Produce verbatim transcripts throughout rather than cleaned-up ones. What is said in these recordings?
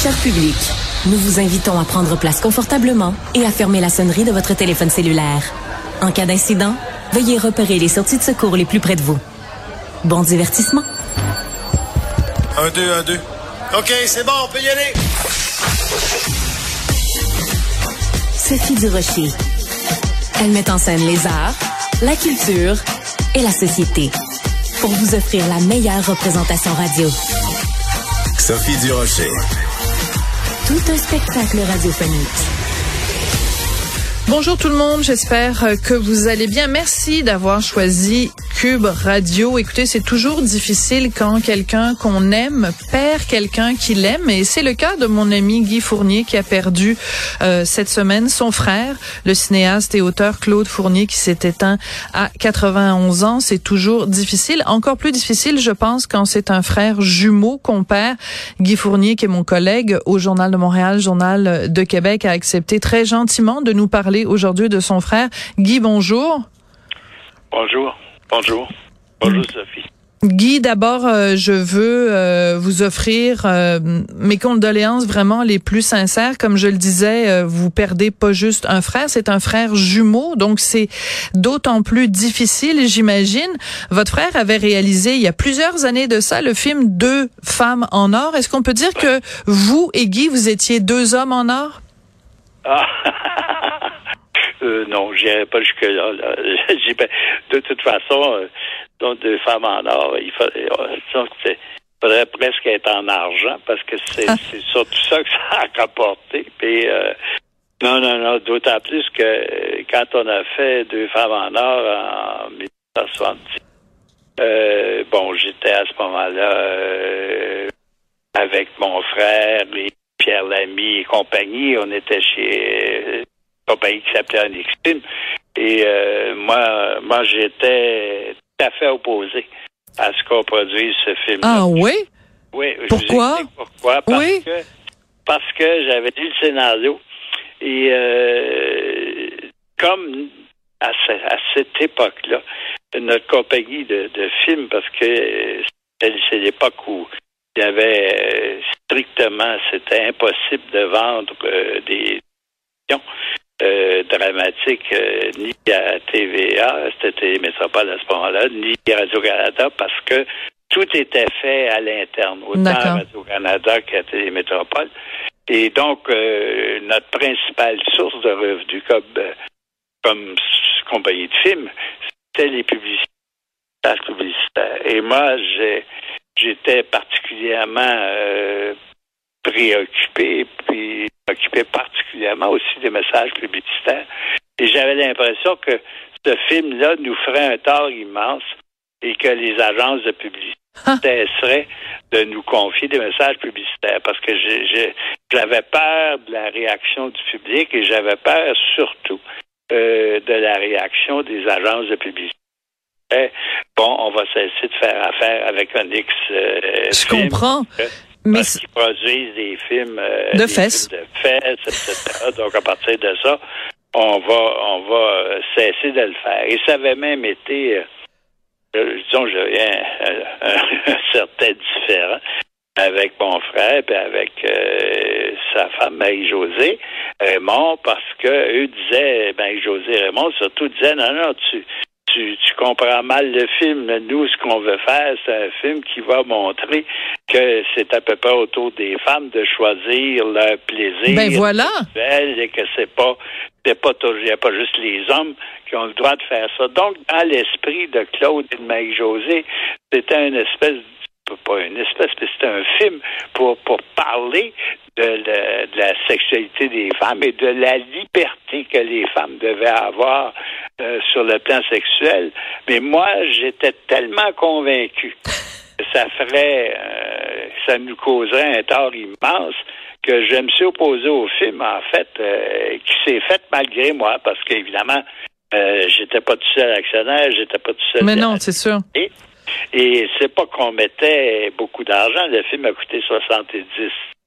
Cher public, nous vous invitons à prendre place confortablement et à fermer la sonnerie de votre téléphone cellulaire. En cas d'incident, veuillez repérer les sorties de secours les plus près de vous. Bon divertissement. Un, deux, un, deux. OK, c'est bon, on peut y aller. Sophie Durocher. Elle met en scène les arts, la culture et la société pour vous offrir la meilleure représentation radio. Sophie Durocher. Tout un spectacle radiophonique. Bonjour tout le monde, j'espère que vous allez bien. Merci d'avoir choisi Cube Radio. Écoutez, c'est toujours difficile quand quelqu'un qu'on aime perd quelqu'un qu'il aime, et c'est le cas de mon ami Guy Fournier qui a perdu euh, cette semaine son frère, le cinéaste et auteur Claude Fournier, qui s'est éteint à quatre-vingt-onze ans. C'est toujours difficile, encore plus difficile, je pense, quand c'est un frère jumeau qu'on perd. Guy Fournier, qui est mon collègue au Journal de Montréal, Journal de Québec, a accepté très gentiment de nous parler aujourd'hui de son frère. Guy, bonjour. Bonjour. Bonjour. Bonjour, Sophie. Guy, d'abord, euh, je veux euh, vous offrir euh, mes condoléances vraiment les plus sincères. Comme je le disais, euh, vous perdez pas juste un frère, c'est un frère jumeau, donc c'est d'autant plus difficile, j'imagine. Votre frère avait réalisé, il y a plusieurs années de ça, le film Deux femmes en or. Est-ce qu'on peut dire que vous et Guy, vous étiez deux hommes en or? Ah, euh, non, j'irai pas jusque-là. Là. De toute façon, euh, donc deux femmes en or, il faudrait, euh, faudrait presque être en argent, parce que c'est, ah. c'est surtout ça que ça a rapporté. Puis, euh, non, non, non, d'autant plus que euh, quand on a fait Deux femmes en or en dix-neuf cent soixante-dix, euh, bon, j'étais à ce moment-là euh, avec mon frère et Pierre Lamy et compagnie. On était chez euh, une compagnie qui s'appelait Onyx Film. Et euh, moi, moi, j'étais tout à fait opposé à ce qu'on produise ce film. Ah oui? Oui. Pourquoi? Je vous explique pourquoi. Parce oui. que parce que j'avais lu le scénario et euh, comme à, ce, à cette époque-là, notre compagnie de, de films, parce que c'est, c'est l'époque où il y avait strictement, c'était impossible de vendre euh, des euh, dramatiques euh, ni à T V A, c'était Télémétropole à ce moment-là, ni à Radio-Canada, parce que tout était fait à l'interne, autant D'accord. à Radio-Canada qu'à Télémétropole. Et donc, euh, notre principale source de revenus comme, euh, comme compagnie de films, c'était les publicités. Et moi, j'ai J'étais particulièrement euh, préoccupé, puis occupé particulièrement aussi des messages publicitaires. Et j'avais l'impression que ce film-là nous ferait un tort immense et que les agences de publicité cesseraient de nous confier des messages publicitaires, parce que j'ai, j'ai, j'avais peur de la réaction du public et j'avais peur surtout euh, de la réaction des agences de publicité. Bon, on va cesser de faire affaire avec Onyx euh, Je film, comprends. Euh, mais parce qu'ils produisent des films euh, de des fesses. films de fesses, et cetera. Donc, à partir de ça, on va on va cesser de le faire. Et ça avait même été, euh, disons, j'ai un, un, un certain différent avec mon frère et avec euh, sa femme Marie-Josée Raymond, parce que eux disaient, Marie-Josée Raymond surtout disait, non, non, tu Tu, tu comprends mal le film. Nous, ce qu'on veut faire, c'est un film qui va montrer que c'est à peu près autour des femmes de choisir leur plaisir. Ben voilà. Et que c'est pas, c'est pas toujours, il n'y a pas juste les hommes qui ont le droit de faire ça. Donc, dans l'esprit de Claude et de Marie-Josée, c'était une espèce pas une espèce, mais c'était un film pour, pour parler de la, de la sexualité des femmes et de la liberté que les femmes devaient avoir euh, sur le plan sexuel. Mais moi, j'étais tellement convaincu que ça ferait, euh, ça nous causerait un tort immense, que je me suis opposé au film, en fait, euh, qui s'est fait malgré moi, parce qu'évidemment, euh, j'étais pas tout seul actionnaire, j'étais pas tout seul... Mais non, c'est sûr. Et, et c'est pas qu'on mettait beaucoup d'argent. Le film a coûté soixante-dix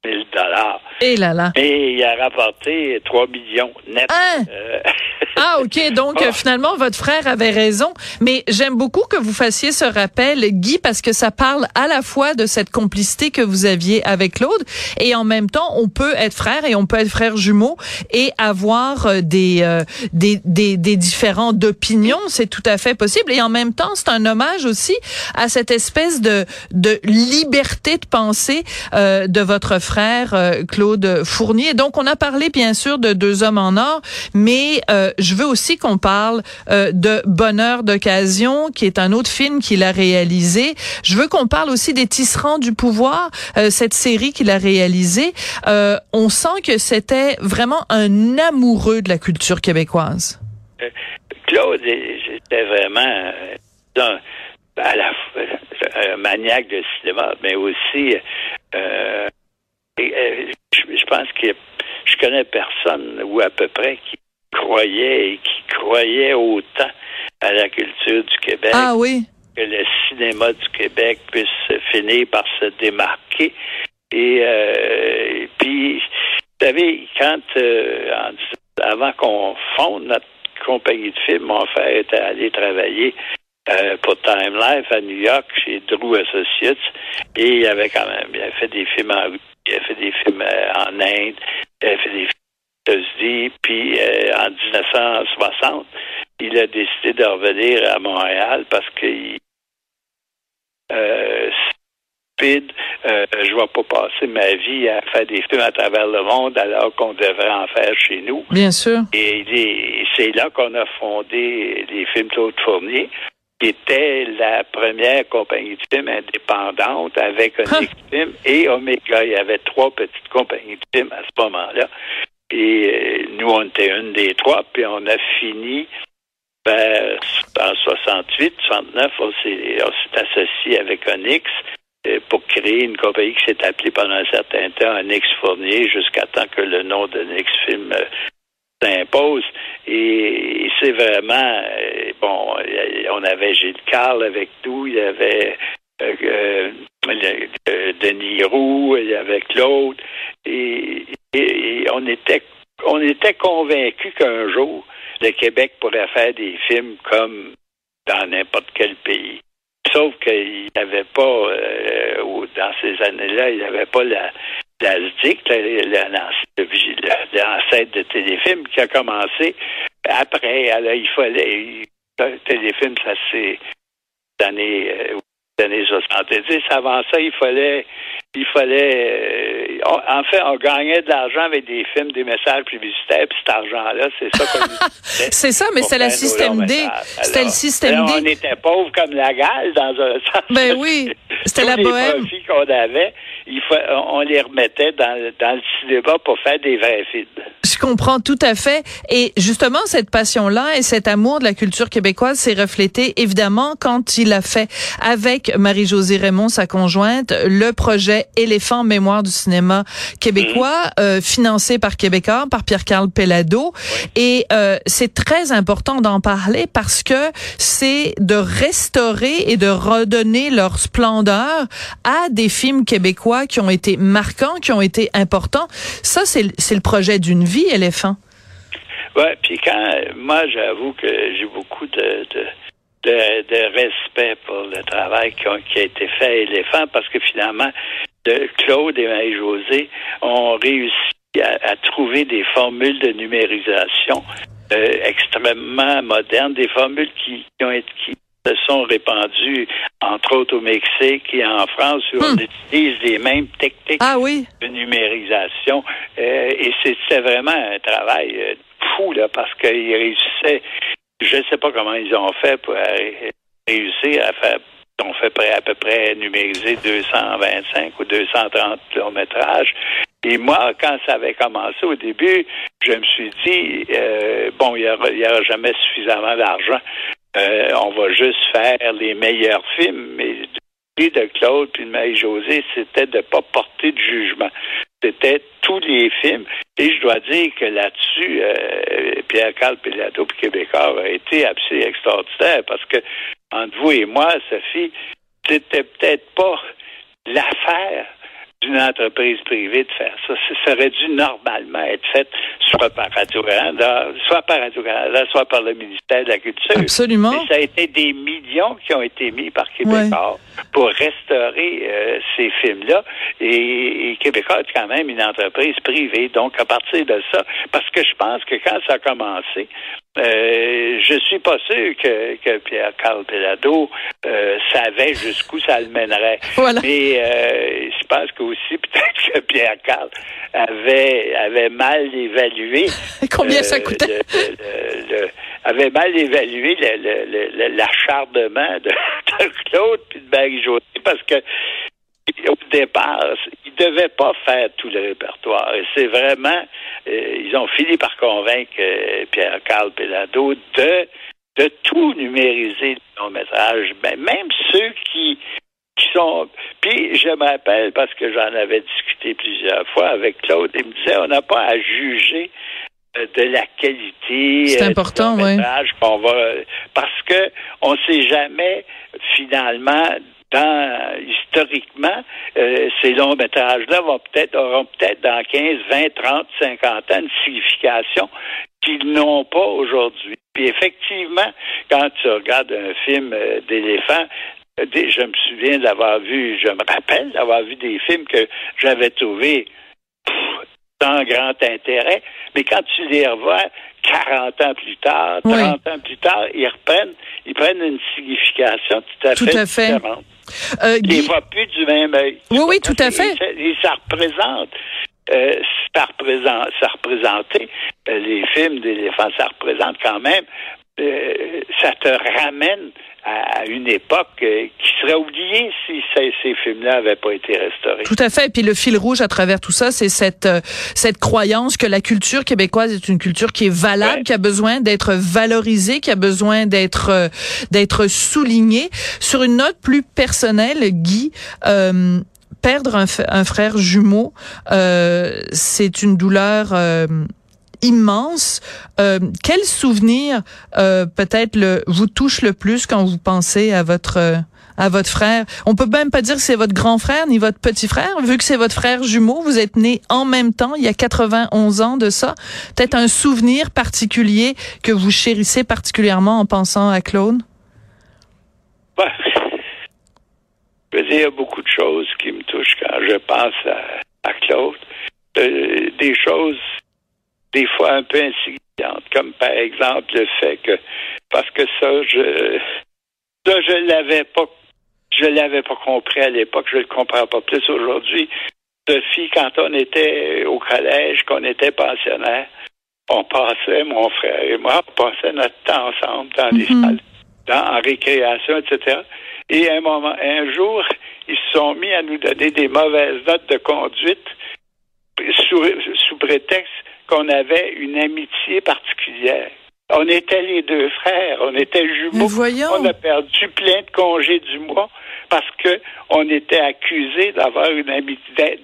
mille dollars. Et là là. Mais il a rapporté trois millions net. Hein? Euh... Ah, OK. Donc, oh. euh, finalement, votre frère avait raison. Mais j'aime beaucoup que vous fassiez ce rappel, Guy, parce que ça parle à la fois de cette complicité que vous aviez avec Claude et en même temps, on peut être frère et on peut être frère jumeau et avoir euh, des, euh, des, des, des différents d'opinions. C'est tout à fait possible. Et en même temps, c'est un hommage aussi à cette espèce de, de liberté de pensée euh, de votre frère, euh, Claude Fournier. Donc, on a parlé, bien sûr, de Deux hommes en or, mais euh, je veux aussi qu'on parle euh, de Bonheur d'occasion, qui est un autre film qu'il a réalisé. Je veux qu'on parle aussi des Tisserands du pouvoir, euh, cette série qu'il a réalisée. Euh, on sent que c'était vraiment un amoureux de la culture québécoise. Euh, Claude, j'étais vraiment euh, à la un maniaque de cinéma, mais aussi euh, et, euh, je, je pense que je connais personne, ou à peu près, qui croyait et qui croyait autant à la culture du Québec. Ah oui. Que le cinéma du Québec puisse finir par se démarquer. Et, euh, et puis, vous savez, quand euh, en, avant qu'on fonde notre compagnie de films, mon frère était allé travailler euh, pour Time Life à New York chez Drew Associates, et il avait quand même, il a fait des films en il a fait des films euh, en Inde, il a fait des films aux États-Unis, puis euh, en dix-neuf cent soixante, il a décidé de revenir à Montréal parce qu'il euh, stupide, euh, je ne vais pas passer ma vie à faire des films à travers le monde alors qu'on devrait en faire chez nous. Bien sûr. Et les, c'est là qu'on a fondé les films Claude Fournier, qui était la première compagnie de films indépendante avec un Onyx Film et Omega. Il y avait trois petites compagnies de films à ce moment-là. Et euh, nous, on était une des trois, puis on a fini ben, en soixante-huit, soixante-neuf, on s'est, on s'est associé avec Onyx euh, pour créer une compagnie qui s'est appelée pendant un certain temps Onyx Fournier, jusqu'à temps que le nom d'Onyx Film euh, s'impose. Et, et c'est vraiment, euh, bon, on avait Gilles Carle avec nous, il y avait euh, euh, euh, Denis Roux, il y avait Claude, et, et, et on était on était convaincus qu'un jour, le Québec pourrait faire des films comme dans n'importe quel pays. Sauf qu'il n'y avait pas, euh, dans ces années-là, il n'y avait pas la, la S D I C, l'ancêtre de Téléfilm, qui a commencé après. Alors, il fallait... Téléfilm, ça c'est les années, euh, les années soixante-dix. Avant ça, il fallait... Il fallait... Euh, on, en fait, on gagnait de l'argent avec des films, des messages publicitaires, puis cet argent-là, c'est ça qu'on utilisait. C'est ça, mais c'est le système D. C'était le système D. On était pauvres comme la gale, dans un sens. Ben oui, c'était la bohème. Les profits qu'on avait, il faut, on les remettait dans, dans le cinéma pour faire des vrais films. Je comprends tout à fait. Et justement, cette passion-là et cet amour de la culture québécoise s'est reflété, évidemment, quand il a fait, avec Marie-Josée Raymond, sa conjointe, le projet Éléphant Mémoire du cinéma québécois, mmh. euh, financé par Québécois, par Pierre-Carl Pellado. Oui. Et euh, c'est très important d'en parler parce que c'est de restaurer et de redonner leur splendeur à des films québécois qui ont été marquants, qui ont été importants. Ça, c'est, c'est le projet d'une vie, Éléphant. Oui, puis quand, moi, j'avoue que j'ai beaucoup de... de... De, de respect pour le travail qui a, qui a été fait à Éléphant, parce que finalement, de Claude et Marie-Josée ont réussi à, à trouver des formules de numérisation euh, extrêmement modernes, des formules qui, qui ont été qui se sont répandues, entre autres au Mexique et en France, où hum. on utilise les mêmes techniques ah, oui. de numérisation. Euh, et c'était vraiment un travail euh, fou, là, parce qu'ils réussissaient. Je ne sais pas comment ils ont fait pour réussir à faire, on fait près, à peu près numériser deux cent vingt-cinq ou deux cent trente kilométrages. Et moi, quand ça avait commencé au début, je me suis dit, euh, bon, il n'y aura, aura jamais suffisamment d'argent. Euh, on va juste faire les meilleurs films. Mais l'idée de Claude et de Marie-Josée, c'était de ne pas porter de jugement. C'était tous les films. Et je dois dire que là-dessus, euh, Pierre-Carl Pellado et Québécois a été absolument extraordinaire parce que, entre vous et moi, Sophie, c'était peut-être pas l'affaire d'une entreprise privée de faire ça. Ça aurait dû normalement être fait soit par Radio-Canada, soit par Radio-Canada, soit par le ministère de la Culture. Absolument. Et ça a été des millions qui ont été mis par Québécois ouais. pour restaurer euh, ces films-là. Et, et Québécois est quand même une entreprise privée. Donc, à partir de ça, parce que je pense que quand ça a commencé, Euh, je suis pas sûr que, que Pierre-Carl Péladeau euh, savait jusqu'où ça le mènerait. Voilà. Mais euh, je pense qu'aussi peut-être que Pierre-Carl avait avait mal évalué combien euh, ça coûtait. Le, le, le, avait mal évalué le, le, le, l'acharnement de, de Claude puis de Marie-Josée parce que au départ, ils ne devaient pas faire tout le répertoire. Et c'est vraiment, euh, ils ont fini par convaincre euh, Pierre-Carl Péladeau de, de tout numériser le long-métrage. Ben, même ceux qui, qui sont... Puis, je me rappelle, parce que j'en avais discuté plusieurs fois avec Claude, il me disait, on n'a pas à juger euh, de la qualité c'est important, du long-métrage oui. qu'on va... Parce que on ne sait jamais, finalement... Dans, historiquement, euh, ces longs-métrages-là vont peut-être, auront peut-être dans quinze, vingt, trente, cinquante ans une signification qu'ils n'ont pas aujourd'hui. Puis effectivement, quand tu regardes un film euh, d'éléphants, euh, je me souviens d'avoir vu, je me rappelle d'avoir vu des films que j'avais trouvés pff, sans grand intérêt, mais quand tu les revois quarante ans plus tard, trente oui. ans plus tard, ils reprennent, ils prennent une signification tout à tout fait, à fait. différente. Euh, Guy... Ils ne voient plus du même œil. Oui, oui, tout à fait. Et, et ça représente, euh, ça représente, ça représentait euh, les films d'éléphants, ça représente quand même, euh, ça te ramène à, à une époque euh, qui serait oubliée si ces, ces films-là n'avaient pas été restaurés. Tout à fait. Et puis le fil rouge à travers tout ça, c'est cette euh, cette croyance que la culture québécoise est une culture qui est valable, ouais. qui a besoin d'être valorisée, qui a besoin d'être euh, d'être soulignée. Sur une note plus personnelle, Guy, euh, perdre un, f- un frère jumeau, euh, c'est une douleur euh, immense. Euh, quel souvenir euh, peut-être le vous touche le plus quand vous pensez à votre euh, à votre frère? On peut même pas dire que c'est votre grand frère ni votre petit frère, vu que c'est votre frère jumeau. Vous êtes nés en même temps, il y a quatre-vingt-onze ans de ça. Peut-être un souvenir particulier que vous chérissez particulièrement en pensant à Claude? Ouais. Je veux dire, il y a beaucoup de choses qui me touchent quand je pense à, à Claude. Euh, des choses des fois un peu insignifiantes, comme par exemple le fait que, parce que ça, je ça, je l'avais pas je l'avais pas compris à l'époque, je le comprends pas plus aujourd'hui. Sophie, quand on était au collège, qu'on était pensionnaire, on passait, mon frère et moi, on passait notre temps ensemble dans les mm-hmm. salles, dans, en récréation, et cetera. Et à un moment, un jour, ils se sont mis à nous donner des mauvaises notes de conduite sous, sous prétexte qu'on avait une amitié particulière. On était les deux frères, on était jumeaux. On a perdu plein de congés du mois parce que on était accusés d'avoir une amitié,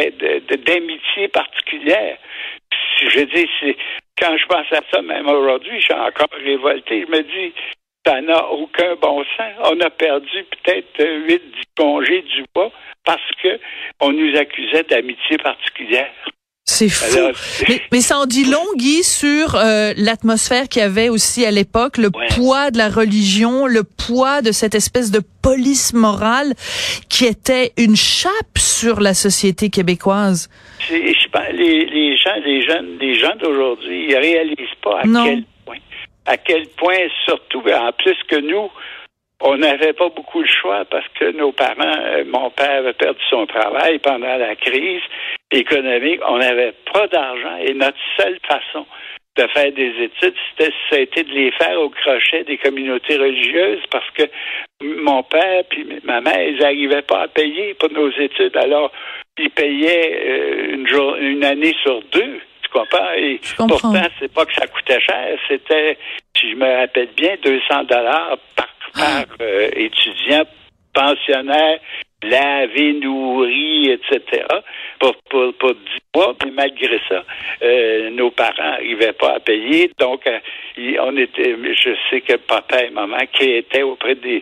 d'amitié particulière. Je dis, c'est, quand je pense à ça, même aujourd'hui, je suis encore révolté. Je me dis, ça n'a aucun bon sens. On a perdu peut-être huit, dix congés du mois parce que on nous accusait d'amitié particulière. C'est fou. Alors, mais, mais ça en dit long, Guy, sur euh, l'atmosphère qu'il y avait aussi à l'époque, le ouais. poids de la religion, le poids de cette espèce de police morale qui était une chape sur la société québécoise. C'est, je pense, les, les gens, les jeunes, les gens d'aujourd'hui, ils réalisent pas à non. quel point, à quel point, surtout en plus que nous, on n'avait pas beaucoup le choix parce que nos parents, euh, mon père avait perdu son travail pendant la crise économique. On n'avait pas d'argent et notre seule façon de faire des études, c'était, ça a été de les faire au crochet des communautés religieuses parce que mon père puis ma mère, ils n'arrivaient pas à payer pour nos études. Alors, ils payaient euh, une, jour, une année sur deux. Tu comprends? Et pourtant, c'est pas que ça coûtait cher. C'était, si je me rappelle bien, deux cents dollars par par euh, étudiants, pensionnaires, lavés, nourris, et cetera, pour, pour, pour dix mois. Mais malgré ça, euh, nos parents n'arrivaient pas à payer. Donc, euh, on était, je sais que papa et maman qui étaient auprès des,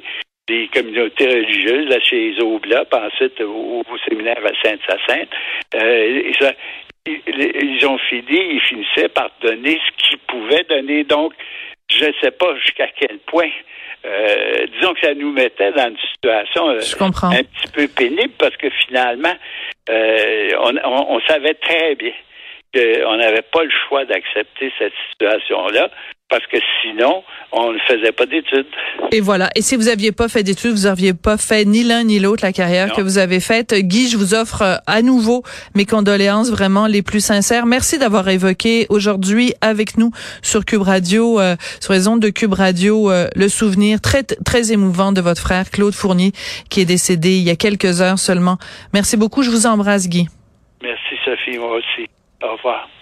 des communautés religieuses, là, chez les Oblats, puis ensuite au, au séminaire à Sainte-Hyacinthe. Euh, et ça, ils, ils ont fini, ils finissaient par donner ce qu'ils pouvaient donner. Donc, je ne sais pas jusqu'à quel point. Euh, disons que ça nous mettait dans une situation euh, un petit peu pénible parce que finalement, euh, on, on, on savait très bien qu'on n'avait pas le choix d'accepter cette situation-là parce que sinon, on ne faisait pas d'études. Et voilà. Et si vous aviez pas fait d'études, vous n'auriez pas fait ni l'un ni l'autre la carrière non. que vous avez faite. Guy, je vous offre à nouveau mes condoléances vraiment les plus sincères. Merci d'avoir évoqué aujourd'hui avec nous sur Cube Radio, euh, sur les ondes de Cube Radio, euh, le souvenir très très émouvant de votre frère Claude Fournier qui est décédé il y a quelques heures seulement. Merci beaucoup. Je vous embrasse, Guy. Merci, Sophie. Moi aussi. Au revoir.